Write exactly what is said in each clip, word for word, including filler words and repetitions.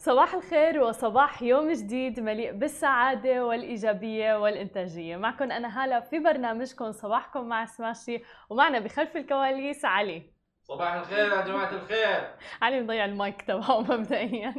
صباح الخير وصباح يوم جديد مليء بالسعادة والإيجابية والإنتاجية. معكم أنا هالة في برنامجكم صباحكم مع سماشي، ومعنا بخلف الكواليس علي. صباح الخير يا جماعة الخير. علي مضيع المايك تبعه مبدئيا.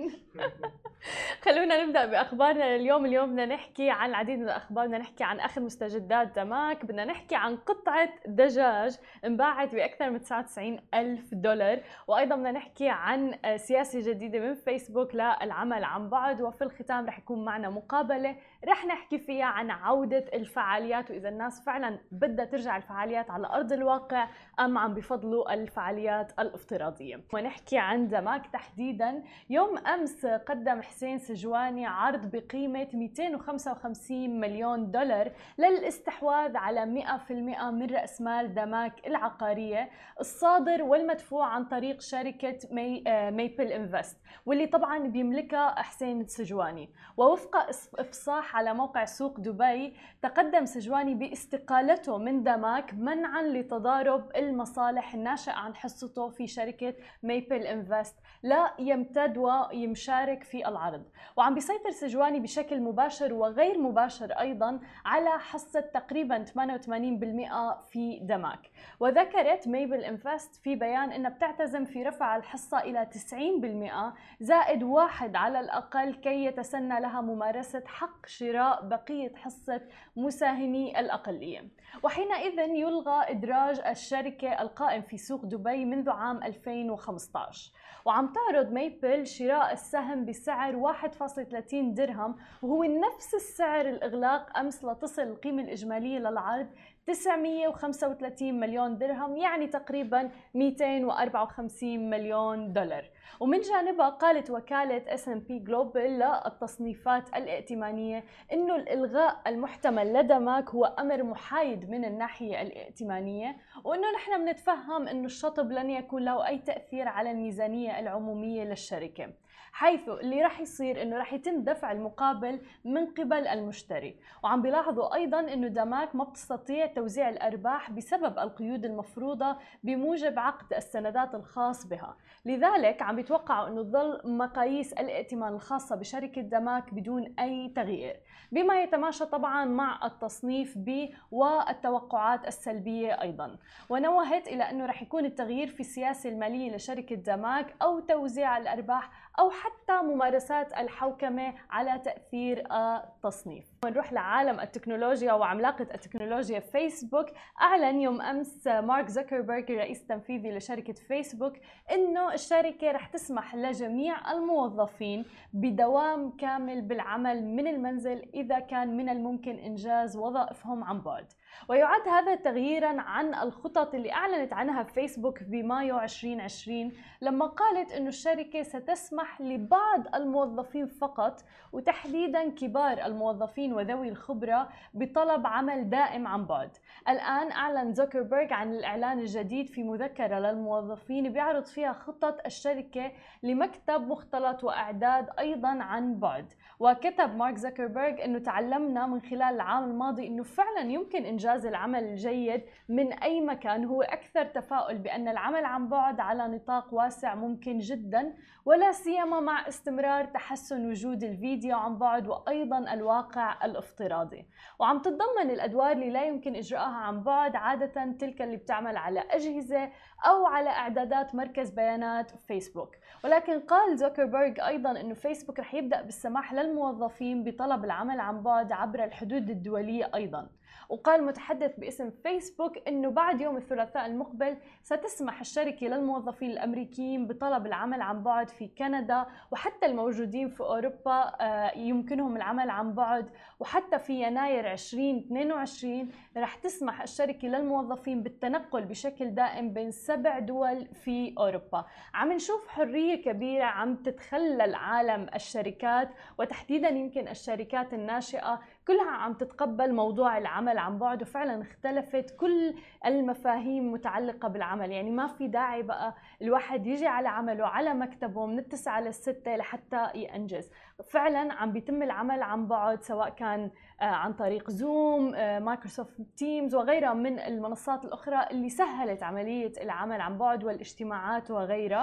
خلونا نبدأ بأخبارنا اليوم. اليوم بدنا نحكي عن العديد من الأخبار. بدنا نحكي عن آخر مستجدات دماك، بدنا نحكي عن قطعة دجاج انباعت بأكثر من تسعة وتسعين ألف دولار، وأيضا بدنا نحكي عن سياسة جديدة من فيسبوك للعمل عن بعد، وفي الختام رح يكون معنا مقابلة رح نحكي فيها عن عودة الفعاليات، وإذا الناس فعلا بدها ترجع الفعاليات على أرض الواقع أم عم بفضلوا الفعاليات الافتراضية. ونحكي عن دماك تحديدا. يوم أمس قدم حسين سجواني عرض بقيمة مئتين وخمسة وخمسين مليون دولار للاستحواذ على مئة بالمئة من رأس مال دماك العقارية الصادر والمدفوع عن طريق شركة مي ميبل انفست، واللي طبعا بيملكها حسين سجواني. ووفق إفصاح على موقع سوق دبي، تقدم سجواني باستقالته من دماك منعا لتضارب المصالح الناشئة عن حصته في شركة ميبل انفست لا يمتد ويمشارك في العرض. وعم بيسيطر سجواني بشكل مباشر وغير مباشر أيضا على حصة تقريبا ثمانية وثمانين بالمئة في دماك. وذكرت ميبل انفست في بيان أنها بتعتزم في رفع الحصة إلى تسعين بالمئة زائد واحد على الأقل كي يتسنى لها ممارسة حق شراء بقية حصة مساهمي الأقلية. وحينئذ يلغى إدراج الشركة القائم في سوق دبي منذ عام ألفين وخمسة عشر. وعم تعرض ميبل شراء السهم بسعر واحد فاصلة ثلاثين درهم، وهو نفس السعر الإغلاق أمس لتصل القيمة الإجمالية للعرض تسعمئة وخمسة وثلاثين مليون درهم، يعني تقريبا مئتين وأربعة وخمسين مليون دولار. ومن جانبها قالت وكالة إس أند بي Global للتصنيفات الائتمانية إنه الإلغاء المحتمل لدماك هو أمر محايد من الناحية الائتمانية، وإنه نحن بنتفهم إنه الشطب لن يكون له أي تأثير على الميزانية العمومية للشركة، حيث اللي راح يصير إنه راح يتم دفع المقابل من قبل المشتري. وعم بيلاحظوا أيضا إنه دماك ما بتستطيع توزيع الأرباح بسبب القيود المفروضة بموجب عقد السندات الخاص بها، لذلك عم بيتوقعوا إنه تظل مقاييس الائتمان الخاصة بشركة دماك بدون أي تغيير، بما يتماشى طبعا مع التصنيف ب والتوقعات السلبية أيضا. ونوهت إلى أنه رح يكون التغيير في السياسة المالية لشركة دماك أو توزيع الأرباح أو حتى ممارسات الحوكمة على تأثير التصنيف. ونروح لعالم التكنولوجيا وعملاقة التكنولوجيا فيسبوك. أعلن يوم أمس مارك زوكربيرج الرئيس التنفيذي لشركة فيسبوك إنه الشركة رح تسمح لجميع الموظفين بدوام كامل بالعمل من المنزل إذا كان من الممكن إنجاز وظائفهم عن بعد. ويعد هذا تغييرا عن الخطط اللي أعلنت عنها فيسبوك بمايو ألفين وعشرين لما قالت إنه الشركة ستسمح لبعض الموظفين فقط، وتحديدا كبار الموظفين وذوي الخبرة، بطلب عمل دائم عن بعد. الآن أعلن زوكربيرج عن الإعلان الجديد في مذكرة للموظفين بيعرض فيها خطط الشركة لمكتب مختلط وإعداد أيضا عن بعد. وكتب مارك زوكربيرج إنه تعلمنا من خلال العام الماضي إنه فعلا يمكن إنجاز العمل الجيد من أي مكان. هو أكثر تفاؤل بأن العمل عن بعد على نطاق واسع ممكن جدا، ولا سيما مع استمرار تحسن وجود الفيديو عن بعد وأيضا الواقع الافتراضي. وعم تتضمن الأدوار اللي لا يمكن إجراءها عن بعد عادة تلك اللي بتعمل على أجهزة أو على إعدادات مركز بيانات فيسبوك. ولكن قال زوكربيرج أيضا أنه فيسبوك رح يبدأ بالسماح للموظفين بطلب العمل عن بعد عبر الحدود الدولية أيضا. وقال متحدث باسم فيسبوك أنه بعد يوم الثلاثاء المقبل ستسمح الشركة للموظفين الأمريكيين بطلب العمل عن بعد في كندا، وحتى الموجودين في أوروبا يمكنهم العمل عن بعد. وحتى في يناير ألفين واثنين وعشرين رح تسمح الشركة للموظفين بالتنقل بشكل دائم بين سبع دول في أوروبا. عم نشوف حرية كبيرة عم تتخلل عالم الشركات، وتحديدا يمكن الشركات الناشئة كلها عم تتقبل موضوع العمل عن بعد، وفعلا اختلفت كل المفاهيم متعلقة بالعمل. يعني ما في داعي بقى الواحد يجي على عمله على مكتبه من التسعة للستة لحتى ينجز. فعلا عم بيتم العمل عن بعد، سواء كان عن طريق زوم، مايكروسوفت تيمز وغيرها من المنصات الأخرى اللي سهلت عملية العمل عن بعد والاجتماعات وغيرها.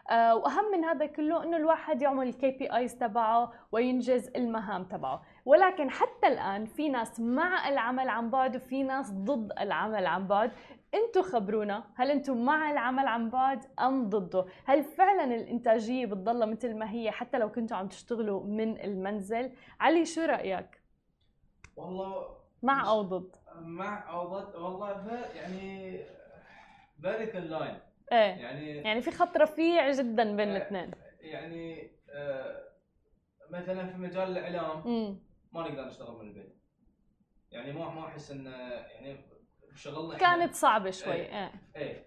آه واهم من هذا كله انه الواحد يعمل الكي بي ايز تبعه وينجز المهام تبعه. ولكن حتى الان في ناس مع العمل عن بعد وفي ناس ضد العمل عن بعد. انتم خبرونا، هل انتم مع العمل عن بعد ام ضده؟ هل فعلا الانتاجيه بتضلها مثل ما هي حتى لو كنتوا عم تشتغلوا من المنزل؟ علي شو رايك؟ والله مع او ضد؟ مع او ضد والله ف- يعني فيري ثين لاين. ايه يعني يعني في خط رفيع جدا بين آه، الاثنين. يعني آه، مثلا في مجال الاعلام امم ما نقدر نشتغل من البيت. يعني ما ما احس ان يعني شغلنا إحنا- كانت صعبه شوي. ايه ايه ايه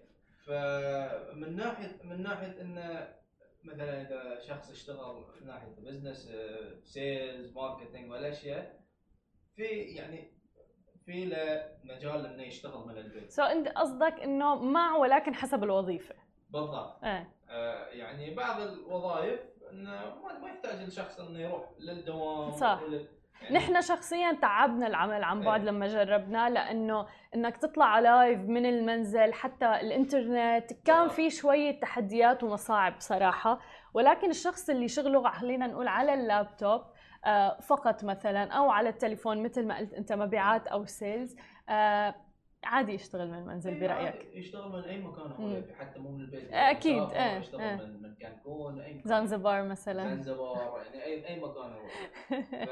فمن ناحيه من ناحيه ان مثلا اذا شخص اشتغل من ناحيه بزنس سيلز ماركتينج والاشياء في يعني في له مجال انه يشتغل من البيت. سو انت قصدك انه مع ولكن حسب الوظيفه. بالضبط. ايه آه يعني بعض الوظائف انه ما ما يحتاج الشخص انه يروح للدوام. صح. ولل... يعني نحن شخصيا تعبنا العمل عن بعد إيه. لما جربناه، لانه انك تطلع لايف من المنزل حتى الانترنت كان بالضبط. في شويه تحديات ومصاعب صراحه. ولكن الشخص اللي شغله خلينا نقول على اللابتوب آه، فقط مثلا او على التليفون مثل ما قلت انت مبيعات او سيلز، آه، عادي يشتغل من المنزل إيه، برايك؟ يشتغل من اي مكان هو مم. يبي، حتى مو من البيت. اكيد. مسافر، ايه يشتغل ايه من من كانكون اي مكان. زنزبار مثلا. زنزبار يعني اي اي مكان هو. ف...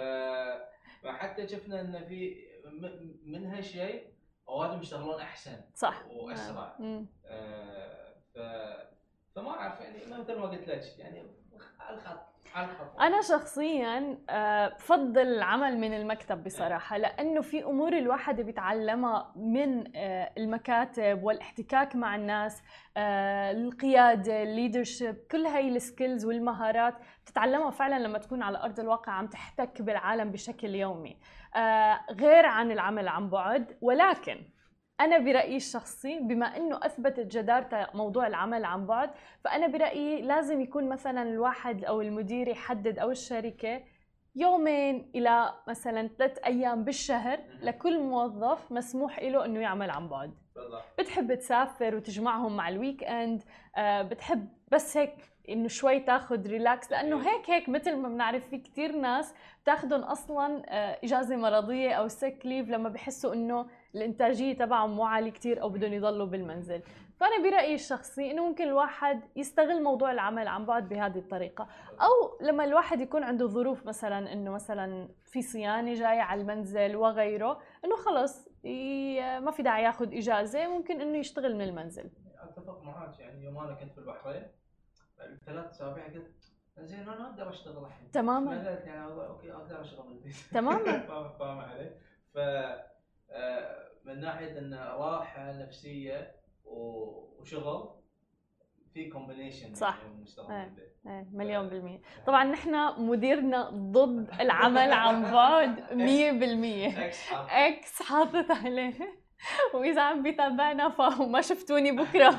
فحتى شفنا ان في م- من هالشيء اوادم يشتغلون احسن صح. واسرع. مم. آه ف... فما اعرف يعني مثل ما قلت لك يعني على الخط على الخط. أنا شخصياً آه، بفضل العمل من المكتب بصراحة، لأنه في أمور الواحد بيتعلمها من آه، المكاتب والاحتكاك مع الناس، آه، القيادة، الليدرشيب، كل هاي السكيلز والمهارات بتتعلمها فعلاً لما تكون على أرض الواقع عم تحتك بالعالم بشكل يومي، آه، غير عن العمل عن بعد. ولكن أنا برأيي الشخصي بما أنه أثبتت جدارة موضوع العمل عن بعد، فأنا برأيي لازم يكون مثلا الواحد أو المدير يحدد أو الشركة يومين إلى مثلا ثلاث أيام بالشهر لكل موظف مسموح له أنه يعمل عن بعد. بالضبط. بتحب تسافر وتجمعهم مع الويك اند، آه بتحب بس هيك انه شوي تاخذ ريلاكس، لانه هيك هيك مثل ما بنعرف في كتير ناس بتاخذهم اصلا آه اجازه مرضيه او سيك ليف لما بحسوا انه الانتاجيه تبعهم مو عالي كتير او بدهم يضلوا بالمنزل. فانا برايي الشخصي انه ممكن الواحد يستغل موضوع العمل عن بعد بهذه الطريقه، او لما الواحد يكون عنده ظروف مثلا انه مثلا في صيانه جايه على المنزل وغيره، انه خلص ما في داعي ياخذ اجازه، ممكن انه يشتغل من المنزل. اتفق معك. يعني يوم انا كنت في البحرين ثلاث اسابيع قلت زين انا اقدر اشتغل الحين تماما. بدأت يعني اوكي اقدر اشتغل من البيت. تماما. فاهم فاهم علي؟ ف آه، من ناحيه ان راحه نفسيه وشغل في كومبينيشن. صح. يعني نشتغل ايه من البيت. ايه مليون بالمية. طبعا نحن مديرنا ضد العمل عن بعد مية بالمية. اكس حاط. اكس حاطط عليه. واذا عم بيتابعنا فما شفتوني بكره.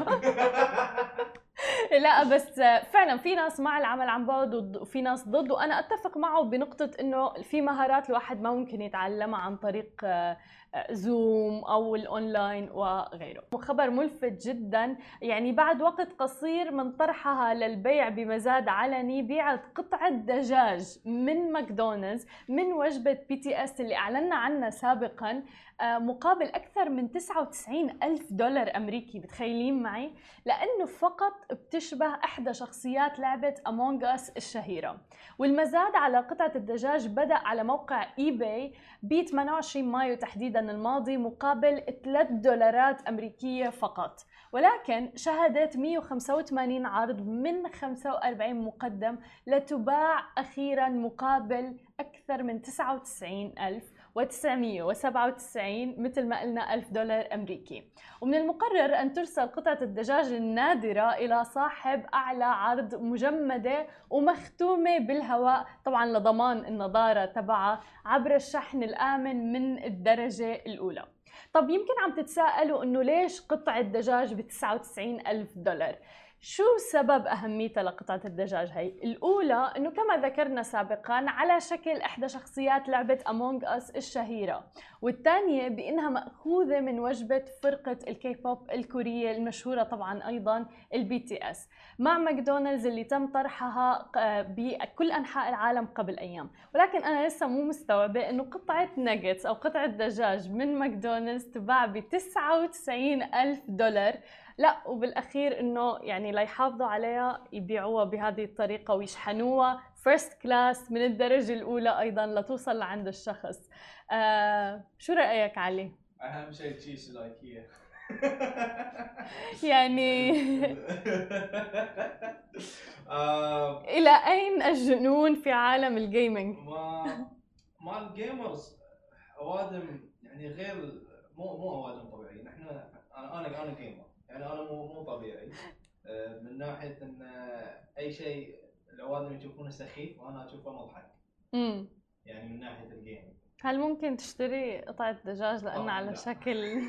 لا بس فعلا في ناس مع العمل عن بعد وفي ناس ضد، وانا اتفق معه بنقطه انه في مهارات الواحد ما ممكن يتعلمها عن طريق زوم او الاونلاين وغيره. خبر ملفت جدا، يعني بعد وقت قصير من طرحها للبيع بمزاد علني بيعت قطعه دجاج من ماكدونالدز من وجبه بي تي اس اللي اعلنا عنها سابقا مقابل اكثر من تسعة وتسعين ألف دولار امريكي. بتخيلين معي؟ لانه فقط بتشبه احدى شخصيات لعبه امونج اس الشهيره. والمزاد على قطعه الدجاج بدا على موقع اي باي ب ثمانية وعشرين مايو تحديدا الماضي مقابل ثلاث دولارات امريكيه فقط، ولكن شهدت مئة وخمسة وثمانين عرض من خمسة وأربعين مقدم لتباع اخيرا مقابل اكثر من تسعة وتسعين ألف وتسعمئة وسبعة وتسعين مثل ما قلنا ألف دولار أمريكي. ومن المقرر أن ترسل قطعة الدجاج النادرة إلى صاحب أعلى عرض مجمدة ومختومة بالهواء طبعا لضمان النضارة تبعها عبر الشحن الآمن من الدرجة الأولى. طب يمكن عم تتساءلوا إنه ليش قطعة دجاج ب تسعة وتسعين ألف دولار؟ شو سبب أهميتها لقطعة الدجاج هي؟ الأولى إنه كما ذكرنا سابقاً على شكل إحدى شخصيات لعبة Among Us الشهيرة، والثانية بأنها مأخوذة من وجبة فرقة الكي بوب الكورية المشهورة طبعاً أيضاً البي تي اس مع ماكدونالدز اللي تم طرحها بكل أنحاء العالم قبل أيام. ولكن أنا لسه مو مستوعبة إنه قطعة ناجتس أو قطعة دجاج من ماكدونالدز تباع ب تسعة وتسعين ألف دولار، لا وبالاخير انه يعني ليحافظوا عليها يبيعوها بهذه الطريقه ويشحنوها فيرست كلاس من الدرجه الاولى ايضا لتوصل لعند الشخص. آه شو رايك علي؟ اهم شيء تشيس الايكيا. يعني آه، الى اين الجنون في عالم الجيمنج؟ ما ما الجيمرز اوادم يعني غير، مو مو اوادم طبيعيين. احنا انا انا انا جيمر، يعني انا مو مو طبيعي. آه، من ناحيه ان اي شيء الاوادم يشوفونه سخيف وانا اشوفه مضحك. امم يعني من ناحيه الجيم. هل ممكن تشتري قطعه دجاج لانها على لا. شكل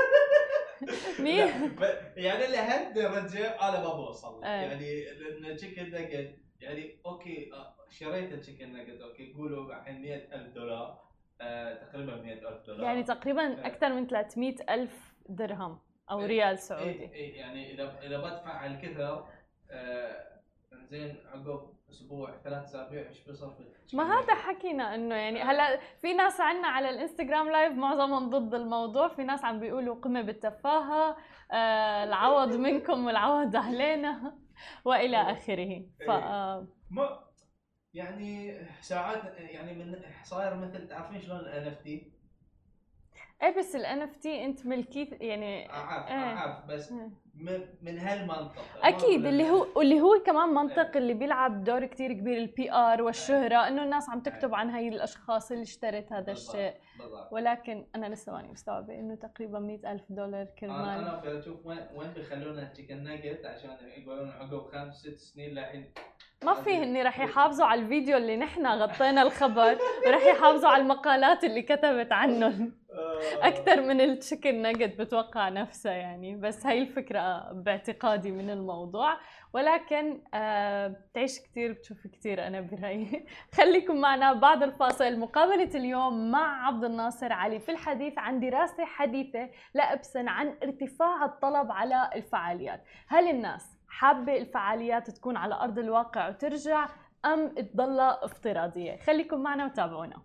لا مين؟ ب- يعني لهالدرجه انا ما بوصل. إيه. يعني لان تشيكن ناجت يعني اوكي، آه، شريت التشيكن ناجت اوكي قولوا الحين مئة ألف دولار، آه، تقريبا مئة ألف دولار. يعني تقريبا اكثر من ثلاثمئة ألف درهم او ريال سعودي. اي اي يعني اذا اذا بدفع على الكثر، آه، زين عقب اسبوع ثلاث اسابيع ايش بيصير في ما هذا حكينا انه يعني هلا في ناس عنا على الانستغرام لايف معظمهم ضد الموضوع، في ناس عم بيقولوا قمة بالتفاهة، آه العوض منكم والعوض علينا والى اخره. ف ما يعني ساعات يعني من صاير مثل، تعرفين شلون الان اف تي؟ ايه بس ال إن إف تي انت ملكي يعني. اعرف ايه. اعرف بس من من هالمنطق اكيد اللي هو اللي هو كمان منطق اللي بيلعب دور كتير كبير البي ار والشهرة، انه الناس عم تكتب عن هاي الاشخاص اللي اشترت هذا الشيء. بالضبط. ولكن انا لسه ماني مستوعبه انه تقريبا مئة ألف دولار كرمال. انا انا اشوف وين وين بيخلونا تشيكن ناجت عشان يقولون عقب خمس ست سنين للحين ما في اني رح يحافظوا على الفيديو اللي نحن غطينا الخبر ورح يحافظوا على المقالات اللي كتبت عنهم اكثر من التشيكن ناجت بتوقع نفسها يعني. بس هاي الفكره باعتقادي من الموضوع، ولكن آه بتعيش كثير بتشوف كثير انا برايي. خليكم معنا بعد الفاصل. مقابله اليوم مع عبد الناصر علي في الحديث عن دراسه حديثه لابسن عن ارتفاع الطلب على الفعاليات. هل الناس حابة الفعاليات تكون على أرض الواقع وترجع أم تضلها افتراضية؟ خليكم معنا وتابعونا.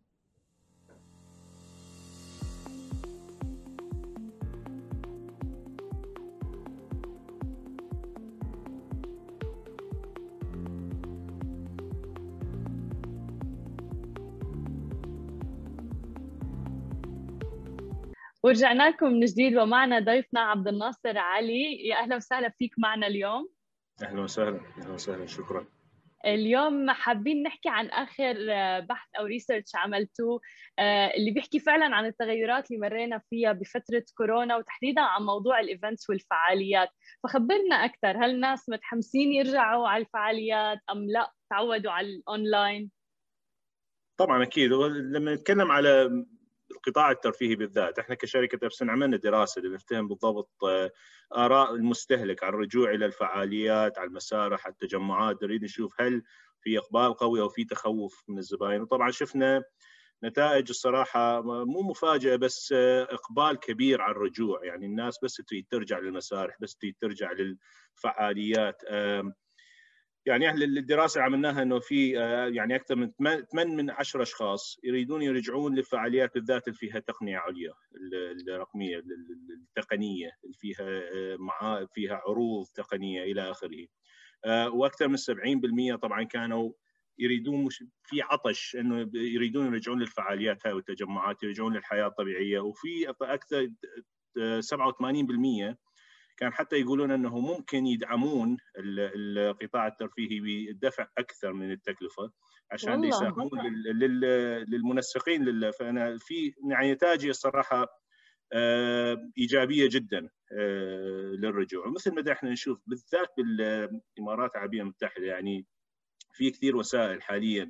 ورجعنا لكم من جديد ومعنا ضيفنا عبد الناصر علي. يا أهلا وسهلا فيك معنا اليوم. اهلا وسهلا. اهلا وسهلا. شكرا. اليوم حابين نحكي عن آخر بحث أو ريسيرش عملتوه اللي بيحكي فعلا عن التغيرات اللي مرينا فيها بفترة كورونا، وتحديدا عن موضوع الإيفنتس والفعاليات. فخبرنا أكثر، هل الناس متحمسين يرجعوا على الفعاليات أم لا تعودوا على الأونلاين؟ طبعا أكيد. لما نتكلم على القطاع الترفيهي بالذات، احنا كشركة ابسن عملنا دراسة لنفتهم بالضبط آراء المستهلك على الرجوع إلى الفعاليات، على المسارح، على التجمعات. نريد نشوف هل في إقبال قوي أو في تخوف من الزبائن. وطبعا شفنا نتائج الصراحة مو مفاجئة، بس إقبال كبير على الرجوع. يعني الناس بس تريد ترجع للمسارح، بس تريد ترجع للفعاليات. يعني احنا الدراسه اللي عملناها انه في يعني اكثر من ثمانية من عشرة اشخاص يريدون يرجعون للفعاليات بالذات اللي فيها تقنيه عليا، الرقميه التقنيه اللي فيها مع فيها عروض تقنيه الى اخره. واكثر من سبعين بالمئة طبعا كانوا يريدون، مش في عطش انه يريدون يرجعون للفعاليات هاي والتجمعات، يرجعون للحياه الطبيعيه. وفي اكثر سبعة وثمانين بالمئة كان حتى يقولون أنه ممكن يدعمون القطاع الترفيهي بدفع أكثر من التكلفة عشان يساهمون للمنسقين. فأنا في يعني نتائج الصراحة إيجابية جدا للرجوع. ومثل ما احنا نشوف بالذات بالإمارات العربية المتحدة، يعني في كثير وسائل حاليا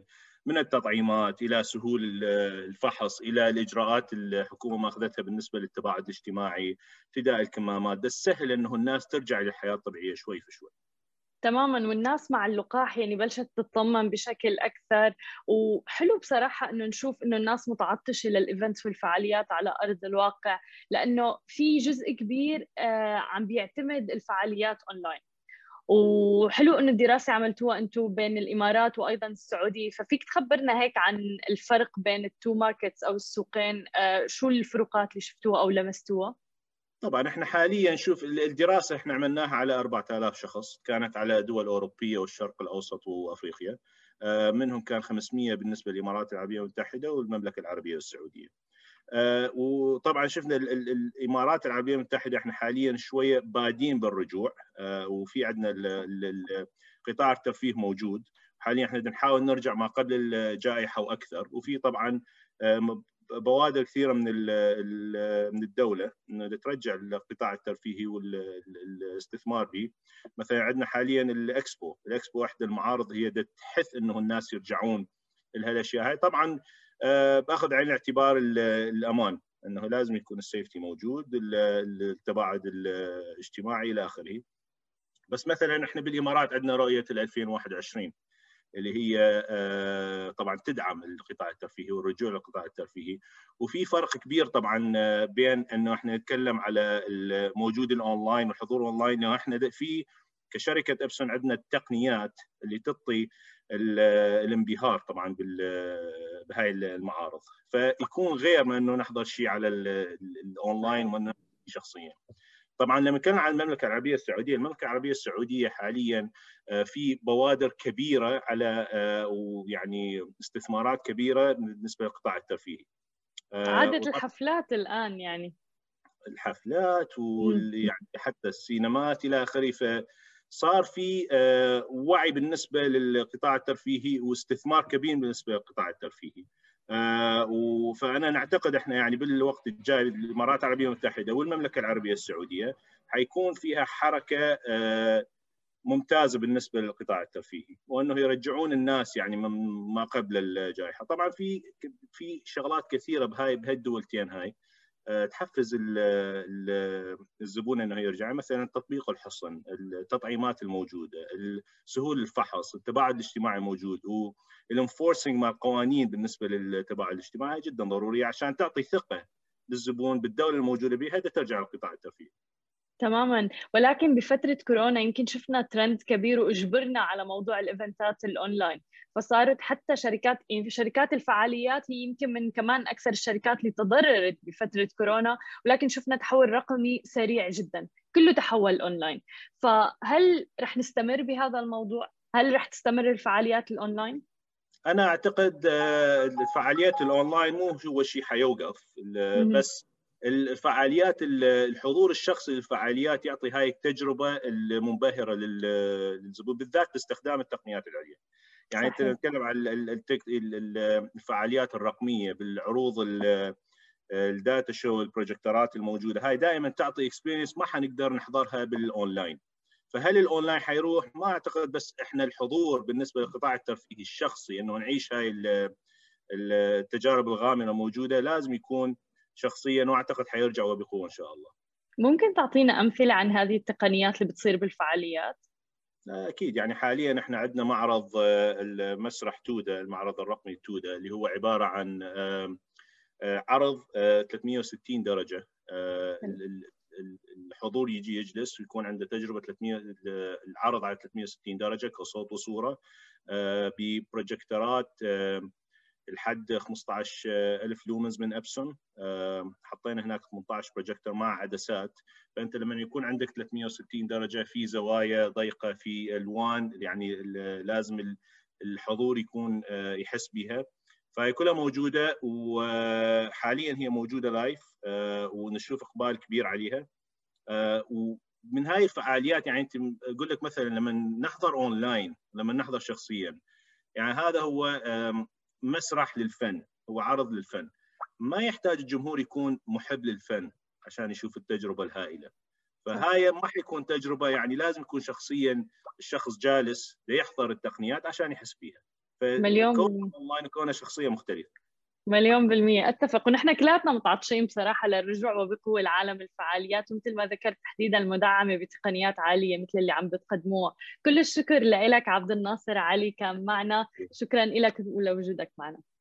من التطعيمات الى سهول الفحص الى الاجراءات الحكومه ما اخذتها بالنسبه للتباعد الاجتماعي، ارتداء الكمامات، ده السهل انه الناس ترجع للحياه الطبيعيه شوي في شوي. تماما، والناس مع اللقاح يعني بلشت تطمن بشكل اكثر، وحلو بصراحه انه نشوف انه الناس متعطشه للايفنتس والفعاليات على ارض الواقع، لانه في جزء كبير آه، عم بيعتمد الفعاليات اونلاين. وحلو انه الدراسه عملتوها انتم بين الامارات وايضا السعوديه، ففيك تخبرنا هيك عن الفرق بين التو ماركتس او السوقين، آه، شو الفروقات اللي شفتوها او لمستوها؟ طبعا احنا حاليا شوف الدراسه احنا عملناها على أربعة آلاف شخص، كانت على دول اوروبيه والشرق الاوسط وافريقيا، منهم كان خمسمئة بالنسبه للامارات العربيه المتحده والمملكه العربيه السعوديه. وطبعا شفنا الامارات العربيه المتحده احنا حاليا شويه بادين بالرجوع، وفي عندنا قطاع الترفيه موجود حاليا، احنا بنحاول نرجع ما قبل الجائحه واكثر، وفي طبعا بوادر كثيره من من الدوله انه ترجع القطاع الترفيهي والاستثمار به. مثلا عندنا حاليا الاكسبو، الاكسبو واحده المعارض هي تحث انه الناس يرجعون لهالاشياء هاي، طبعا باخذ عين الاعتبار الامان، انه لازم يكون السيفتي موجود، التباعد الاجتماعي الى اخره. بس مثلا احنا بالامارات عندنا رؤيه ألفين وواحد وعشرين اللي هي طبعا تدعم القطاع الترفيهي والرجوع للقطاع الترفيهي، وفي فرق كبير طبعا بين انه احنا نتكلم على موجود الاونلاين والحضور اونلاين، انه احنا في كشركه ابسون عندنا التقنيات اللي تعطي الانبهار طبعا بهاي المعارض، فيكون غير من انه نحضر شيء على الاونلاين وانه شخصيا. طبعا لما نتكلم عن المملكه العربيه السعوديه، المملكه العربيه السعوديه حاليا في بوادر كبيره على ويعني استثمارات كبيره بالنسبه للقطاع الترفيهي. عدد الحفلات الان يعني الحفلات ويعني حتى السينمات الى اخره، فصار في وعي بالنسبه للقطاع الترفيهي واستثمار كبير بالنسبه للقطاع الترفيهي. آه فانا نعتقد احنا يعني بالوقت الجاي الامارات العربيه المتحده والمملكه العربيه السعوديه حيكون فيها حركه آه ممتازه بالنسبه للقطاع الترفيهي، وانه يرجعون الناس يعني ما قبل الجائحه. طبعا في في شغلات كثيره بهاي بهاي الدولتين هاي آه تحفز ال ال الزبون انه يرجع، مثلا تطبيق الحصن، التطعيمات الموجوده، سهول الفحص، التباعد الاجتماعي موجود، و الانفورسنج مع القوانين بالنسبه للتباعد الاجتماعي جدا ضروريه عشان تعطي ثقه للزبون بالدوله الموجوده بها، هذا ترجع للقطاع الترفيهي. تماما، ولكن بفتره كورونا يمكن شفنا ترند كبير واجبرنا على موضوع الايفنتات الاونلاين، فصارت حتى شركات يعني شركات الفعاليات هي يمكن من كمان اكثر الشركات اللي تضررت بفتره كورونا، ولكن شفنا تحول رقمي سريع جدا، كله تحول اونلاين. فهل رح نستمر بهذا الموضوع؟ هل رح تستمر الفعاليات الاونلاين؟ انا اعتقد الفعاليات الاونلاين مو هو شيء حيوقف، بس الفعاليات الحضور الشخصي للفعاليات يعطي هاي التجربه المنبهره للزبون، بالذات باستخدام التقنيات العليا. يعني انت نتكلم عن الفعاليات الرقميه بالعروض الداتا شو، البروجكتورات الموجوده، هاي دائما تعطي اكسبيرينس ما حنقدر نحضرها بالاونلاين. فهل الاونلاين حيروح؟ ما اعتقد، بس احنا الحضور بالنسبه للقطاع الترفيهي الشخصي انه نعيش هاي التجارب الغامره موجوده لازم يكون شخصيا، واعتقد حيرجع وبقوه ان شاء الله. ممكن تعطينا امثله عن هذه التقنيات اللي بتصير بالفعاليات؟ اكيد، يعني حاليا احنا عندنا معرض المسرح تودا، المعرض الرقمي تودا، اللي هو عباره عن عرض ثلاثمئة وستين درجه، الحضور يجي يجلس ويكون عنده تجربه ثلاثمئة، العرض على ثلاثمئة وستين درجه كصوت وصوره ببروجكتورات لحد خمسة عشر ألف لومنز من ابسون، حطينا هناك ثمانية عشر بروجيكتور مع عدسات، فانت لما يكون عندك ثلاثمئة وستين درجه في زوايا ضيقه في الوان يعني لازم الحضور يكون يحس بها، فهي كلها موجوده، وحاليا هي موجوده لايف ونشوف اقبال كبير عليها. ومن هاي الفعاليات يعني انت اقول لك مثلا لما نحضر اونلاين لما نحضر شخصيا، يعني هذا هو مسرح للفن، هو عرض للفن، ما يحتاج الجمهور يكون محب للفن عشان يشوف التجربه الهائله، فهاي ما حيكون تجربه، يعني لازم يكون شخصيا الشخص جالس ليحضر التقنيات عشان يحس بيها، مليون فكونه اونلاين وكونه شخصيه مختلفه. مليون بالمية أتفق، ونحن كلاتنا متعطشين بصراحة للرجوع وبقوة لعالم الفعاليات، ومثل ما ذكرت تحديدا المدعمة بتقنيات عالية مثل اللي عم بتقدموها. كل الشكر لك عبد الناصر علي، كان معنا. شكرا لك ولوجودك معنا.